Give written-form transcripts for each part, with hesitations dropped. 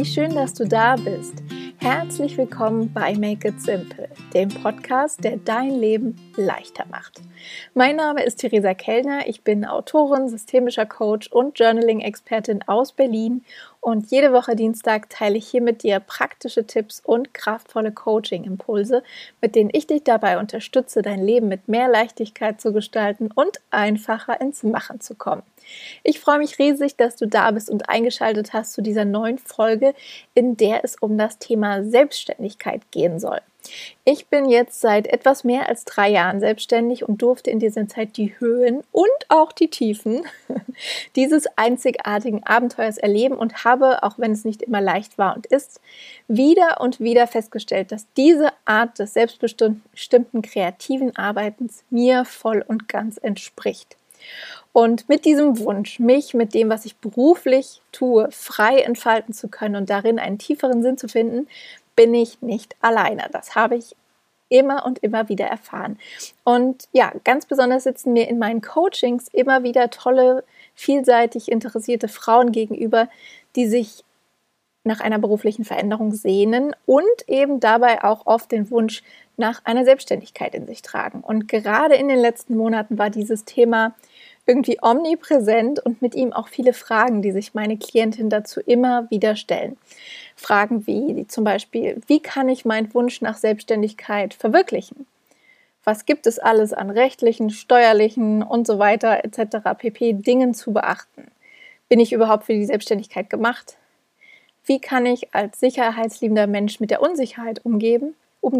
schön, dass du da bist. Herzlich willkommen bei Make It Simple, dem Podcast, der dein Leben leichter macht. Mein Name ist Theresa Kellner, ich bin Autorin, systemischer Coach und Journaling-Expertin aus Berlin und jede Woche Dienstag teile ich hier mit dir praktische Tipps und kraftvolle Coaching-Impulse, mit denen ich dich dabei unterstütze, dein Leben mit mehr Leichtigkeit zu gestalten und einfacher ins Machen zu kommen. Ich freue mich riesig, dass du da bist und eingeschaltet hast zu dieser neuen Folge, in der es um das Thema Selbstständigkeit gehen soll. Ich bin jetzt seit etwas mehr als 3 Jahren selbstständig und durfte in dieser Zeit die Höhen und auch die Tiefen dieses einzigartigen Abenteuers erleben und habe, auch wenn es nicht immer leicht war und ist, wieder und wieder festgestellt, dass diese Art des selbstbestimmten kreativen Arbeitens mir voll und ganz entspricht. Und mit diesem Wunsch, mich mit dem, was ich beruflich tue, frei entfalten zu können und darin einen tieferen Sinn zu finden, bin ich nicht alleine. Das habe ich immer und immer wieder erfahren. Und ja, ganz besonders sitzen mir in meinen Coachings immer wieder tolle, vielseitig interessierte Frauen gegenüber, die sich nach einer beruflichen Veränderung sehnen und eben dabei auch oft den Wunsch nach einer Selbstständigkeit in sich tragen. Und gerade in den letzten Monaten war dieses Thema irgendwie omnipräsent und mit ihm auch viele Fragen, die sich meine Klientin dazu immer wieder stellen. Fragen wie zum Beispiel, wie kann ich meinen Wunsch nach Selbstständigkeit verwirklichen? Was gibt es alles an rechtlichen, steuerlichen und so weiter etc. pp. Dingen zu beachten? Bin ich überhaupt für die Selbstständigkeit gemacht? Wie kann ich als sicherheitsliebender Mensch mit der Unsicherheit umgehen?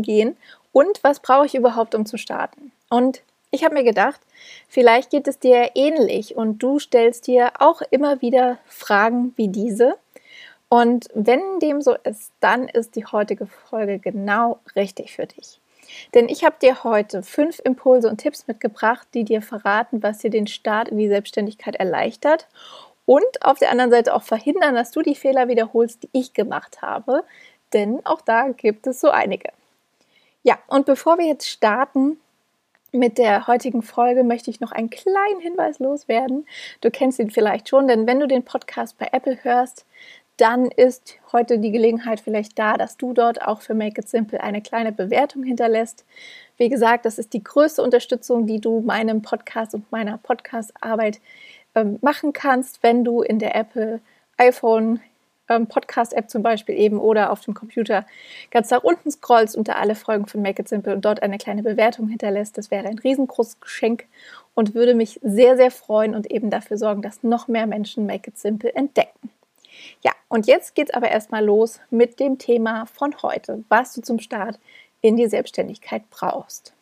Und was brauche ich überhaupt, um zu starten? Und ich habe mir gedacht, vielleicht geht es dir ähnlich und du stellst dir auch immer wieder Fragen wie diese. Und wenn dem so ist, dann ist die heutige Folge genau richtig für dich. Denn ich habe dir heute 5 Impulse und Tipps mitgebracht, die dir verraten, was dir den Start in die Selbstständigkeit erleichtert und auf der anderen Seite auch verhindern, dass du die Fehler wiederholst, die ich gemacht habe. Denn auch da gibt es so einige. Ja, und bevor wir jetzt starten mit der heutigen Folge, möchte ich noch einen kleinen Hinweis loswerden. Du kennst ihn vielleicht schon, denn wenn du den Podcast bei Apple hörst, dann ist heute die Gelegenheit vielleicht da, dass du dort auch für Make It Simple eine kleine Bewertung hinterlässt. Wie gesagt, das ist die größte Unterstützung, die du meinem Podcast und meiner Podcast-Arbeit machen kannst, wenn du in der Apple iPhone Podcast-App zum Beispiel eben oder auf dem Computer ganz nach unten scrollst unter alle Folgen von Make It Simple und dort eine kleine Bewertung hinterlässt. Das wäre ein riesengroßes Geschenk und würde mich sehr, sehr freuen und eben dafür sorgen, dass noch mehr Menschen Make It Simple entdecken. Ja, und jetzt geht's aber erstmal los mit dem Thema von heute, was du zum Start in die Selbstständigkeit brauchst.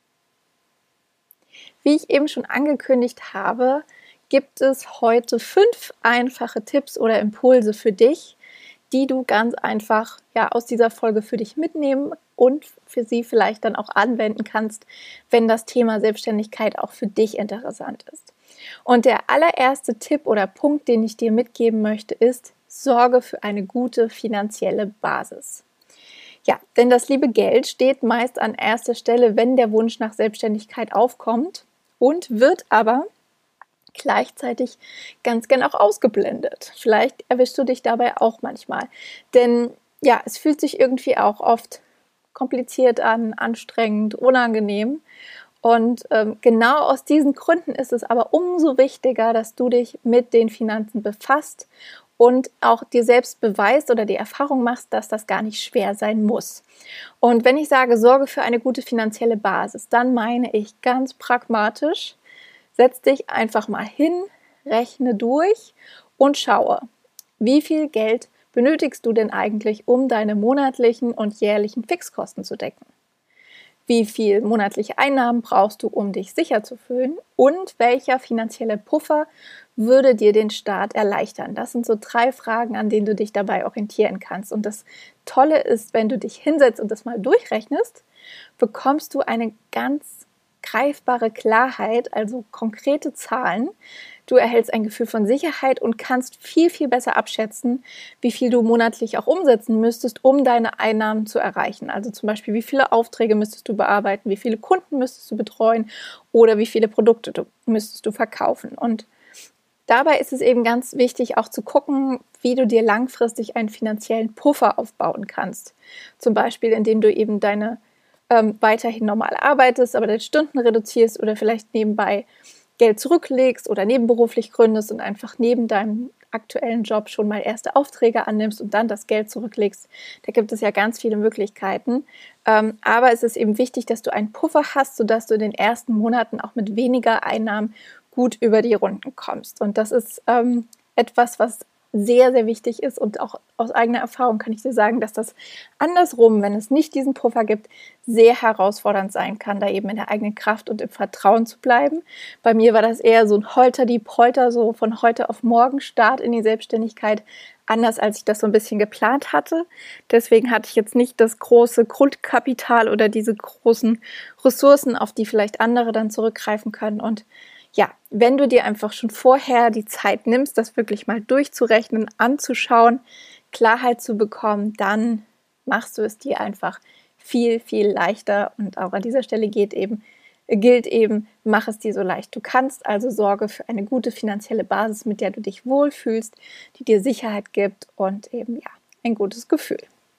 Wie ich eben schon angekündigt habe, gibt es heute 5 einfache Tipps oder Impulse für dich, die du ganz einfach aus dieser Folge für dich mitnehmen und für sie vielleicht dann auch anwenden kannst, wenn das Thema Selbstständigkeit auch für dich interessant ist. Und der allererste Tipp oder Punkt, den ich dir mitgeben möchte, ist, sorge für eine gute finanzielle Basis. Ja, denn das liebe Geld steht meist an erster Stelle, wenn der Wunsch nach Selbstständigkeit aufkommt und wird aber gleichzeitig ganz gern auch ausgeblendet. Vielleicht erwischst du dich dabei auch manchmal. Denn ja, es fühlt sich irgendwie auch oft kompliziert an, anstrengend, unangenehm. Und genau aus diesen Gründen ist es aber umso wichtiger, dass du dich mit den Finanzen befasst und auch dir selbst beweist oder die Erfahrung machst, dass das gar nicht schwer sein muss. Und wenn ich sage, sorge für eine gute finanzielle Basis, dann meine ich ganz pragmatisch, setz dich einfach mal hin, rechne durch und schaue, wie viel Geld benötigst du denn eigentlich, um deine monatlichen und jährlichen Fixkosten zu decken? Wie viel monatliche Einnahmen brauchst du, um dich sicher zu fühlen? Und welcher finanzielle Puffer würde dir den Start erleichtern? Das sind so 3 Fragen, an denen du dich dabei orientieren kannst. Und das Tolle ist, wenn du dich hinsetzt und das mal durchrechnest, bekommst du eine ganz greifbare Klarheit, also konkrete Zahlen. Du erhältst ein Gefühl von Sicherheit und kannst viel, viel besser abschätzen, wie viel du monatlich auch umsetzen müsstest, um deine Einnahmen zu erreichen. Also zum Beispiel, wie viele Aufträge müsstest du bearbeiten, wie viele Kunden müsstest du betreuen oder wie viele Produkte müsstest du verkaufen. Und Dabei ist es eben ganz wichtig, auch zu gucken, wie du dir langfristig einen finanziellen Puffer aufbauen kannst. Zum Beispiel, indem du eben weiterhin normal arbeitest, aber deine Stunden reduzierst oder vielleicht nebenbei Geld zurücklegst oder nebenberuflich gründest und einfach neben deinem aktuellen Job schon mal erste Aufträge annimmst und dann das Geld zurücklegst. Da gibt es ja ganz viele Möglichkeiten. Aber es ist eben wichtig, dass du einen Puffer hast, sodass du in den ersten Monaten auch mit weniger Einnahmen gut über die Runden kommst. Und das ist etwas, was sehr, sehr wichtig ist, und auch aus eigener Erfahrung kann ich dir sagen, dass das andersrum, wenn es nicht diesen Puffer gibt, sehr herausfordernd sein kann, da eben in der eigenen Kraft und im Vertrauen zu bleiben. Bei mir war das eher so ein Holter-die-Polter, so von heute auf morgen Start in die Selbstständigkeit, anders als ich das so ein bisschen geplant hatte. Deswegen hatte ich jetzt nicht das große Grundkapital oder diese großen Ressourcen, auf die vielleicht andere dann zurückgreifen können. Und ja, wenn du dir einfach schon vorher die Zeit nimmst, das wirklich mal durchzurechnen, anzuschauen, Klarheit zu bekommen, dann machst du es dir einfach viel, viel leichter. Und auch an dieser Stelle gilt eben, mach es dir so leicht du kannst. Also sorge für eine gute finanzielle Basis, mit der du dich wohlfühlst, die dir Sicherheit gibt und eben ja, ein gutes Gefühl.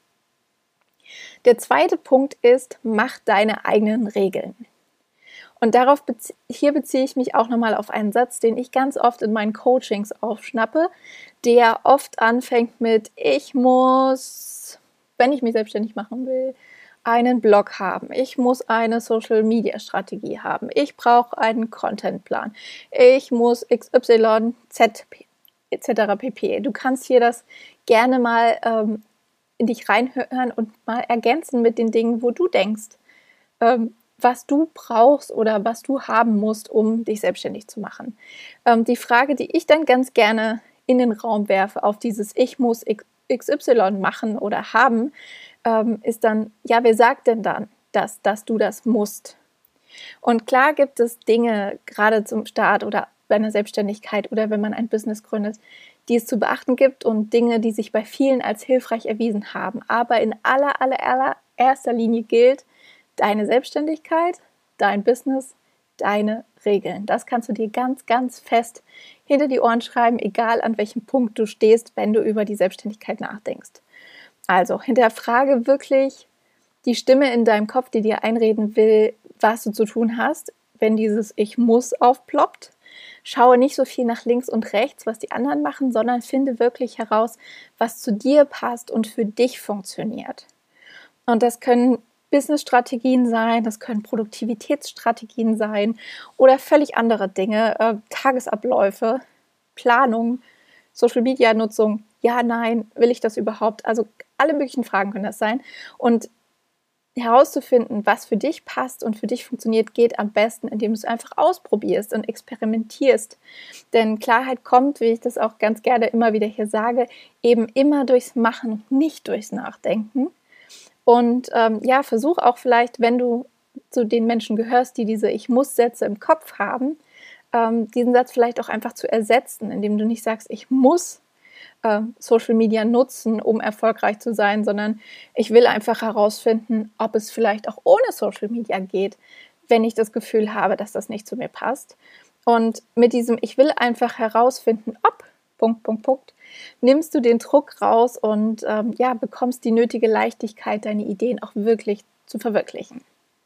Der zweite Punkt ist, mach deine eigenen Regeln. Und hier beziehe ich mich auch nochmal auf einen Satz, den ich ganz oft in meinen Coachings aufschnappe, der oft anfängt mit: Ich muss, wenn ich mich selbstständig machen will, einen Blog haben. Ich muss eine Social-Media-Strategie haben. Ich brauche einen Contentplan. Ich muss XYZ etc. pp. Du kannst hier das gerne mal in dich reinhören und mal ergänzen mit den Dingen, wo du denkst, was du brauchst oder was du haben musst, um dich selbstständig zu machen. Die Frage, die ich dann ganz gerne in den Raum werfe auf dieses Ich muss XY machen oder haben, ist dann, ja, wer sagt denn dann, dass du das musst? Und klar gibt es Dinge, gerade zum Start oder bei einer Selbstständigkeit oder wenn man ein Business gründet, die es zu beachten gibt und Dinge, die sich bei vielen als hilfreich erwiesen haben. Aber in allererster Linie gilt, deine Selbstständigkeit, dein Business, deine Regeln. Das kannst du dir ganz, ganz fest hinter die Ohren schreiben, egal an welchem Punkt du stehst, wenn du über die Selbstständigkeit nachdenkst. Also hinterfrage wirklich die Stimme in deinem Kopf, die dir einreden will, was du zu tun hast, wenn dieses Ich muss aufploppt. Schaue nicht so viel nach links und rechts, was die anderen machen, sondern finde wirklich heraus, was zu dir passt und für dich funktioniert. Und das können Business-Strategien sein, das können Produktivitätsstrategien sein oder völlig andere Dinge, Tagesabläufe, Planung, Social-Media-Nutzung, ja, nein, will ich das überhaupt? Also alle möglichen Fragen können das sein. Und herauszufinden, was für dich passt und für dich funktioniert, geht am besten, indem du es einfach ausprobierst und experimentierst. Denn Klarheit kommt, wie ich das auch ganz gerne immer wieder hier sage, eben immer durchs Machen, nicht durchs Nachdenken. Und versuch auch vielleicht, wenn du zu den Menschen gehörst, die diese Ich-muss-Sätze im Kopf haben, diesen Satz vielleicht auch einfach zu ersetzen, indem du nicht sagst, ich muss Social Media nutzen, um erfolgreich zu sein, sondern ich will einfach herausfinden, ob es vielleicht auch ohne Social Media geht, wenn ich das Gefühl habe, dass das nicht zu mir passt. Und mit diesem Ich will einfach herausfinden, ob nimmst du den Druck raus und bekommst die nötige Leichtigkeit, deine Ideen auch wirklich zu verwirklichen.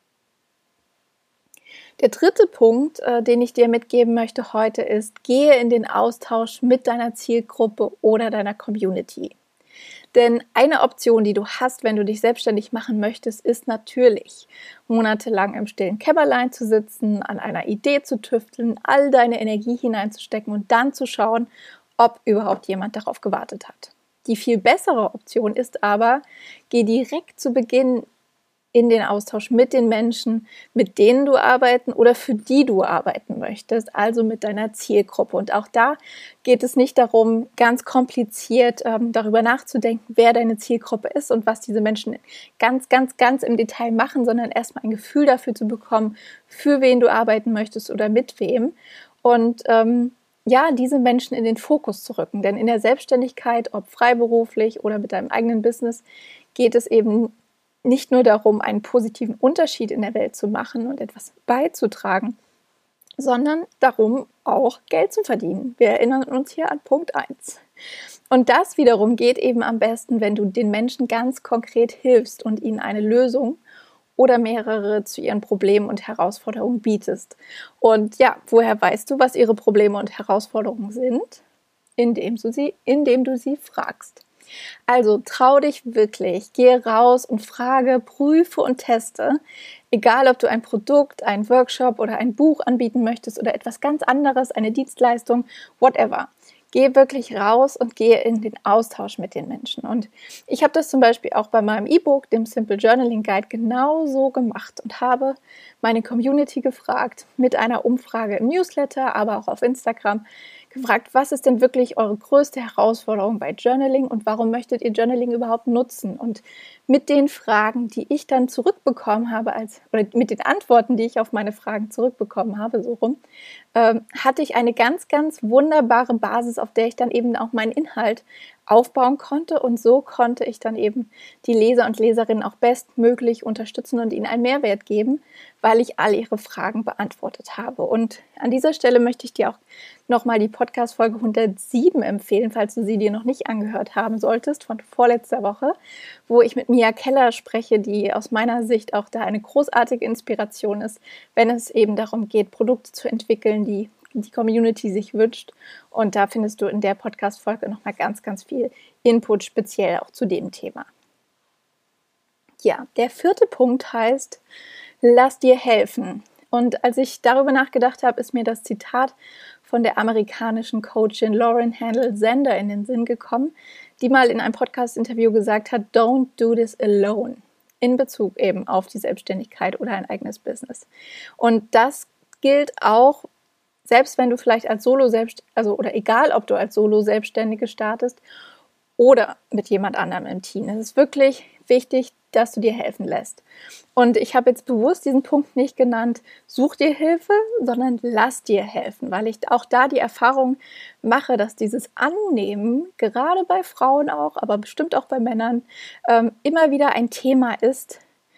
Der dritte Punkt, den ich dir mitgeben möchte heute ist, gehe in den Austausch mit deiner Zielgruppe oder deiner Community. Denn eine Option, die du hast, wenn du dich selbstständig machen möchtest, ist natürlich, monatelang im stillen Kämmerlein zu sitzen, an einer Idee zu tüfteln, all deine Energie hineinzustecken und dann zu schauen, ob überhaupt jemand darauf gewartet hat. Die viel bessere Option ist aber, geh direkt zu Beginn in den Austausch mit den Menschen, mit denen du arbeiten oder für die du arbeiten möchtest, also mit deiner Zielgruppe. Und auch da geht es nicht darum, ganz kompliziert darüber nachzudenken, wer deine Zielgruppe ist und was diese Menschen ganz, ganz, ganz im Detail machen, sondern erstmal ein Gefühl dafür zu bekommen, für wen du arbeiten möchtest oder mit wem. Und diese Menschen in den Fokus zu rücken. Denn in der Selbstständigkeit, ob freiberuflich oder mit deinem eigenen Business, geht es eben nicht nur darum, einen positiven Unterschied in der Welt zu machen und etwas beizutragen, sondern darum, auch Geld zu verdienen. Wir erinnern uns hier an Punkt 1. Und das wiederum geht eben am besten, wenn du den Menschen ganz konkret hilfst und ihnen eine Lösung oder mehrere zu ihren Problemen und Herausforderungen bietest. Und ja, woher weißt du, was ihre Probleme und Herausforderungen sind? Indem du sie fragst. Also trau dich wirklich, geh raus und frage, prüfe und teste. Egal, ob du ein Produkt, einen Workshop oder ein Buch anbieten möchtest oder etwas ganz anderes, eine Dienstleistung, whatever. Geh wirklich raus und gehe in den Austausch mit den Menschen. Und ich habe das zum Beispiel auch bei meinem E-Book, dem Simple Journaling Guide, genauso gemacht und habe meine Community gefragt mit einer Umfrage im Newsletter, aber auch auf Instagram, gefragt, was ist denn wirklich eure größte Herausforderung bei Journaling und warum möchtet ihr Journaling überhaupt nutzen? Und mit den Fragen, die ich dann zurückbekommen habe, oder mit den Antworten, die ich auf meine Fragen zurückbekommen habe, so rum, hatte ich eine ganz, ganz wunderbare Basis, auf der ich dann eben auch meinen Inhalt aufbauen konnte, und so konnte ich dann eben die Leser und Leserinnen auch bestmöglich unterstützen und ihnen einen Mehrwert geben, weil ich all ihre Fragen beantwortet habe. Und an dieser Stelle möchte ich dir auch nochmal die Podcast-Folge 107 empfehlen, falls du sie dir noch nicht angehört haben solltest, von vorletzter Woche, wo ich mit Mia Keller spreche, die aus meiner Sicht auch da eine großartige Inspiration ist, wenn es eben darum geht, Produkte zu entwickeln, die die Community sich wünscht. Und da findest du in der Podcast-Folge nochmal ganz, ganz viel Input, speziell auch zu dem Thema. Ja, der 4. Punkt heißt, lass dir helfen. Und als ich darüber nachgedacht habe, ist mir das Zitat von der amerikanischen Coachin Lauren Handel Zander in den Sinn gekommen, die mal in einem Podcast-Interview gesagt hat, don't do this alone, in Bezug eben auf die Selbstständigkeit oder ein eigenes Business. Und das gilt auch, selbst wenn du vielleicht als oder egal, ob du als Solo-Selbstständige startest oder mit jemand anderem im Team. Es ist wirklich wichtig, dass du dir helfen lässt. Und ich habe jetzt bewusst diesen Punkt nicht genannt, such dir Hilfe, sondern lass dir helfen, weil ich auch da die Erfahrung mache, dass dieses Annehmen, gerade bei Frauen auch, aber bestimmt auch bei Männern, immer wieder ein Thema ist,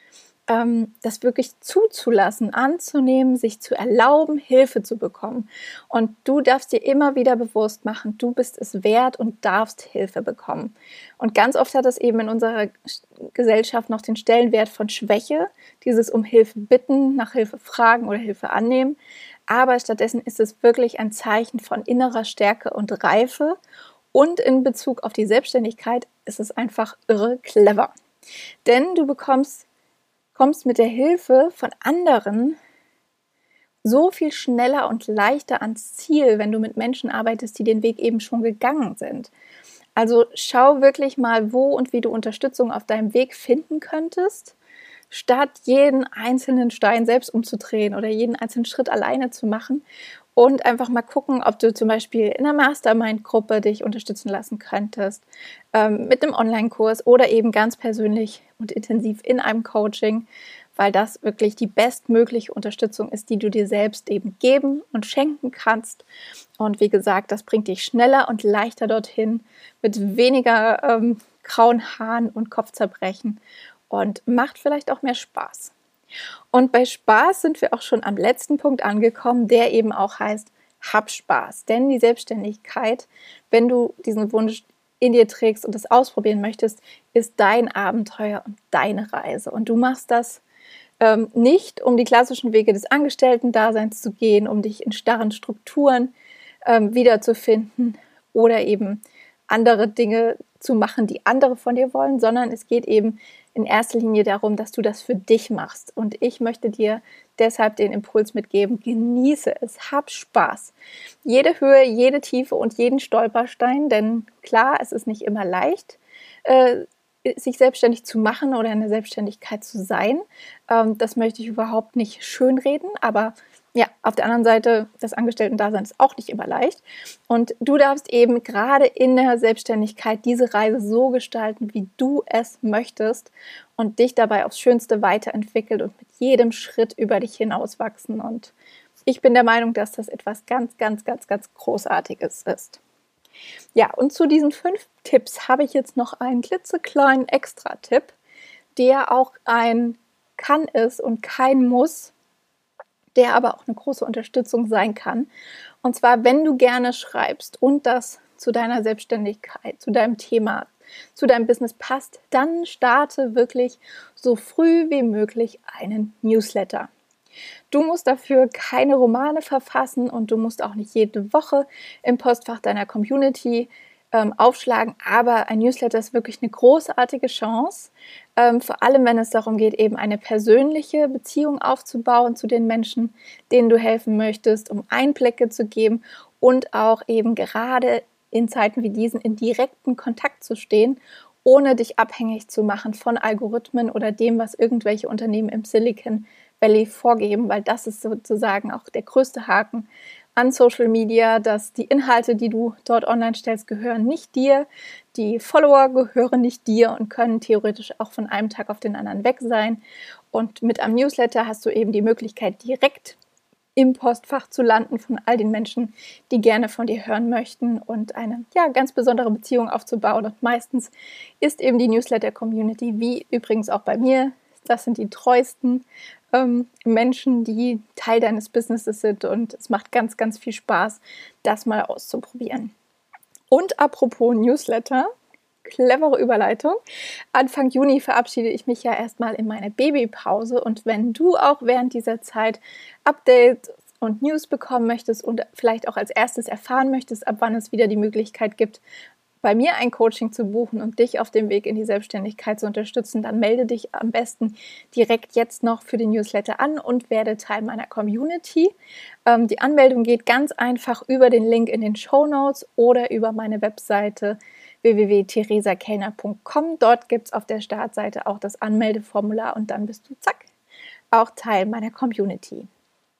das wirklich zuzulassen, anzunehmen, sich zu erlauben, Hilfe zu bekommen. Und du darfst dir immer wieder bewusst machen, du bist es wert und darfst Hilfe bekommen. Und ganz oft hat es eben in unserer Gesellschaft noch den Stellenwert von Schwäche, dieses um Hilfe bitten, nach Hilfe fragen oder Hilfe annehmen. Aber stattdessen ist es wirklich ein Zeichen von innerer Stärke und Reife. Und in Bezug auf die Selbstständigkeit ist es einfach irre clever. Denn du kommst mit der Hilfe von anderen so viel schneller und leichter ans Ziel, wenn du mit Menschen arbeitest, die den Weg eben schon gegangen sind. Also schau wirklich mal, wo und wie du Unterstützung auf deinem Weg finden könntest, statt jeden einzelnen Stein selbst umzudrehen oder jeden einzelnen Schritt alleine zu machen. Und einfach mal gucken, ob du zum Beispiel in einer Mastermind-Gruppe dich unterstützen lassen könntest, mit einem Online-Kurs oder eben ganz persönlich und intensiv in einem Coaching, weil das wirklich die bestmögliche Unterstützung ist, die du dir selbst eben geben und schenken kannst. Und wie gesagt, das bringt dich schneller und leichter dorthin, mit weniger grauen Haaren und Kopfzerbrechen, und macht vielleicht auch mehr Spaß. Und bei Spaß sind wir auch schon am letzten Punkt angekommen, der eben auch heißt, hab Spaß. Denn die Selbstständigkeit, wenn du diesen Wunsch in dir trägst und das ausprobieren möchtest, ist dein Abenteuer und deine Reise. Und du machst das nicht, um die klassischen Wege des Angestellten-Daseins zu gehen, um dich in starren Strukturen wiederzufinden oder eben andere Dinge zu machen, die andere von dir wollen, sondern es geht eben in erster Linie darum, dass du das für dich machst. Und ich möchte dir deshalb den Impuls mitgeben, genieße es, hab Spaß. Jede Höhe, jede Tiefe und jeden Stolperstein, denn klar, es ist nicht immer leicht, sich selbstständig zu machen oder in der Selbstständigkeit zu sein. Das möchte ich überhaupt nicht schönreden, aber ja, auf der anderen Seite, das Angestellten-Dasein ist auch nicht immer leicht. Und du darfst eben gerade in der Selbstständigkeit diese Reise so gestalten, wie du es möchtest, und dich dabei aufs Schönste weiterentwickeln und mit jedem Schritt über dich hinauswachsen. Und ich bin der Meinung, dass das etwas ganz, ganz, ganz, ganz Großartiges ist. Ja, und zu diesen 5 Tipps habe ich jetzt noch einen klitzekleinen Extra-Tipp, der auch ein Kann ist und kein Muss. der aber auch eine große Unterstützung sein kann. Und zwar, wenn du gerne schreibst und das zu deiner Selbstständigkeit, zu deinem Thema, zu deinem Business passt, dann starte wirklich so früh wie möglich einen Newsletter. Du musst dafür keine Romane verfassen und du musst auch nicht jede Woche im Postfach deiner Community aufschlagen, aber ein Newsletter ist wirklich eine großartige Chance, vor allem wenn es darum geht, eben eine persönliche Beziehung aufzubauen zu den Menschen, denen du helfen möchtest, um Einblicke zu geben und auch eben gerade in Zeiten wie diesen in direkten Kontakt zu stehen, ohne dich abhängig zu machen von Algorithmen oder dem, was irgendwelche Unternehmen im Silicon Valley vorgeben, weil das ist sozusagen auch der größte Haken an Social Media, dass die Inhalte, die du dort online stellst, gehören nicht dir, die Follower gehören nicht dir und können theoretisch auch von einem Tag auf den anderen weg sein. Und mit einem Newsletter hast du eben die Möglichkeit, direkt im Postfach zu landen von all den Menschen, die gerne von dir hören möchten und eine ganz besondere Beziehung aufzubauen. Und meistens ist eben die Newsletter-Community, wie übrigens auch bei mir, das sind die treuesten Menschen, die Teil deines Businesses sind, und es macht ganz, ganz viel Spaß, das mal auszuprobieren. Und apropos Newsletter, clevere Überleitung. Anfang Juni verabschiede ich mich ja erstmal in meine Babypause, und wenn du auch während dieser Zeit Updates und News bekommen möchtest und vielleicht auch als erstes erfahren möchtest, ab wann es wieder die Möglichkeit gibt, bei mir ein Coaching zu buchen und dich auf dem Weg in die Selbstständigkeit zu unterstützen, dann melde dich am besten direkt jetzt noch für den Newsletter an und werde Teil meiner Community. Die Anmeldung geht ganz einfach über den Link in den Shownotes oder über meine Webseite www.theresakellner.com. Dort gibt es auf der Startseite auch das Anmeldeformular und dann bist du, zack, auch Teil meiner Community.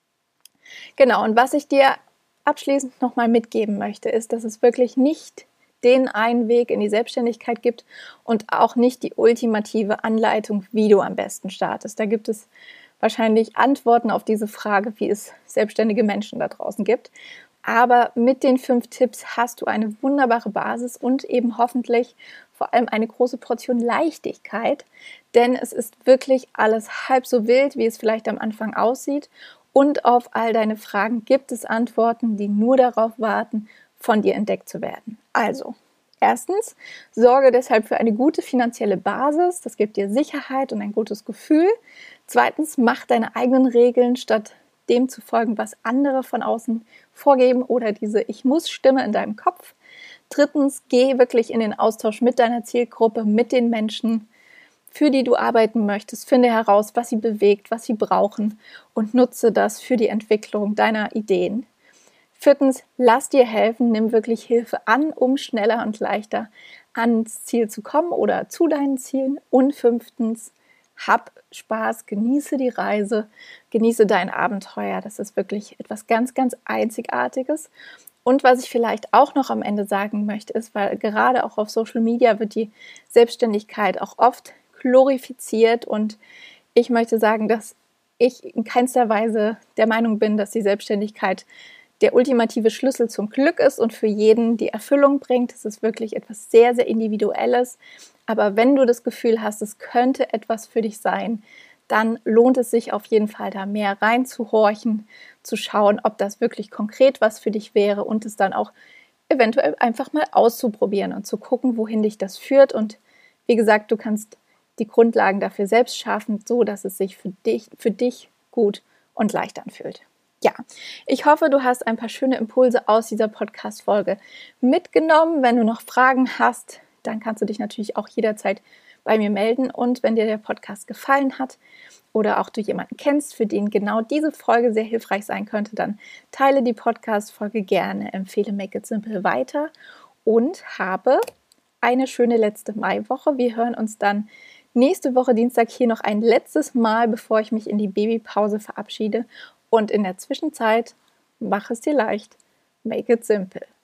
Genau, und was ich dir abschließend nochmal mitgeben möchte, ist, dass es wirklich nicht den einen Weg in die Selbstständigkeit gibt und auch nicht die ultimative Anleitung, wie du am besten startest. Da gibt es wahrscheinlich Antworten auf diese Frage, wie es selbstständige Menschen da draußen gibt. Aber mit den 5 Tipps hast du eine wunderbare Basis und eben hoffentlich vor allem eine große Portion Leichtigkeit, denn es ist wirklich alles halb so wild, wie es vielleicht am Anfang aussieht. Und auf all deine Fragen gibt es Antworten, die nur darauf warten, von dir entdeckt zu werden. Also, erstens, sorge deshalb für eine gute finanzielle Basis. Das gibt dir Sicherheit und ein gutes Gefühl. Zweitens, mach deine eigenen Regeln, statt dem zu folgen, was andere von außen vorgeben oder diese Ich-muss-Stimme in deinem Kopf. Drittens, geh wirklich in den Austausch mit deiner Zielgruppe, mit den Menschen, für die du arbeiten möchtest. Finde heraus, was sie bewegt, was sie brauchen und nutze das für die Entwicklung deiner Ideen. Viertens, lass dir helfen, nimm wirklich Hilfe an, um schneller und leichter ans Ziel zu kommen oder zu deinen Zielen. Und fünftens, hab Spaß, genieße die Reise, genieße dein Abenteuer. Das ist wirklich etwas ganz, ganz Einzigartiges. Und was ich vielleicht auch noch am Ende sagen möchte, ist, weil gerade auch auf Social Media wird die Selbstständigkeit auch oft glorifiziert, und ich möchte sagen, dass ich in keinster Weise der Meinung bin, dass die Selbstständigkeit der ultimative Schlüssel zum Glück ist und für jeden die Erfüllung bringt. Es ist wirklich etwas sehr, sehr Individuelles. Aber wenn du das Gefühl hast, es könnte etwas für dich sein, dann lohnt es sich auf jeden Fall, da mehr reinzuhorchen, zu schauen, ob das wirklich konkret was für dich wäre und es dann auch eventuell einfach mal auszuprobieren und zu gucken, wohin dich das führt. Und wie gesagt, du kannst die Grundlagen dafür selbst schaffen, so dass es sich für dich gut und leicht anfühlt. Ja, ich hoffe, du hast ein paar schöne Impulse aus dieser Podcast-Folge mitgenommen. Wenn du noch Fragen hast, dann kannst du dich natürlich auch jederzeit bei mir melden. Und wenn dir der Podcast gefallen hat oder auch du jemanden kennst, für den genau diese Folge sehr hilfreich sein könnte, dann teile die Podcast-Folge gerne, empfehle Make It Simple weiter und habe eine schöne letzte Maiwoche. Wir hören uns dann nächste Woche Dienstag hier noch ein letztes Mal, bevor ich mich in die Babypause verabschiede. Und in der Zwischenzeit, mach es dir leicht, make it simple.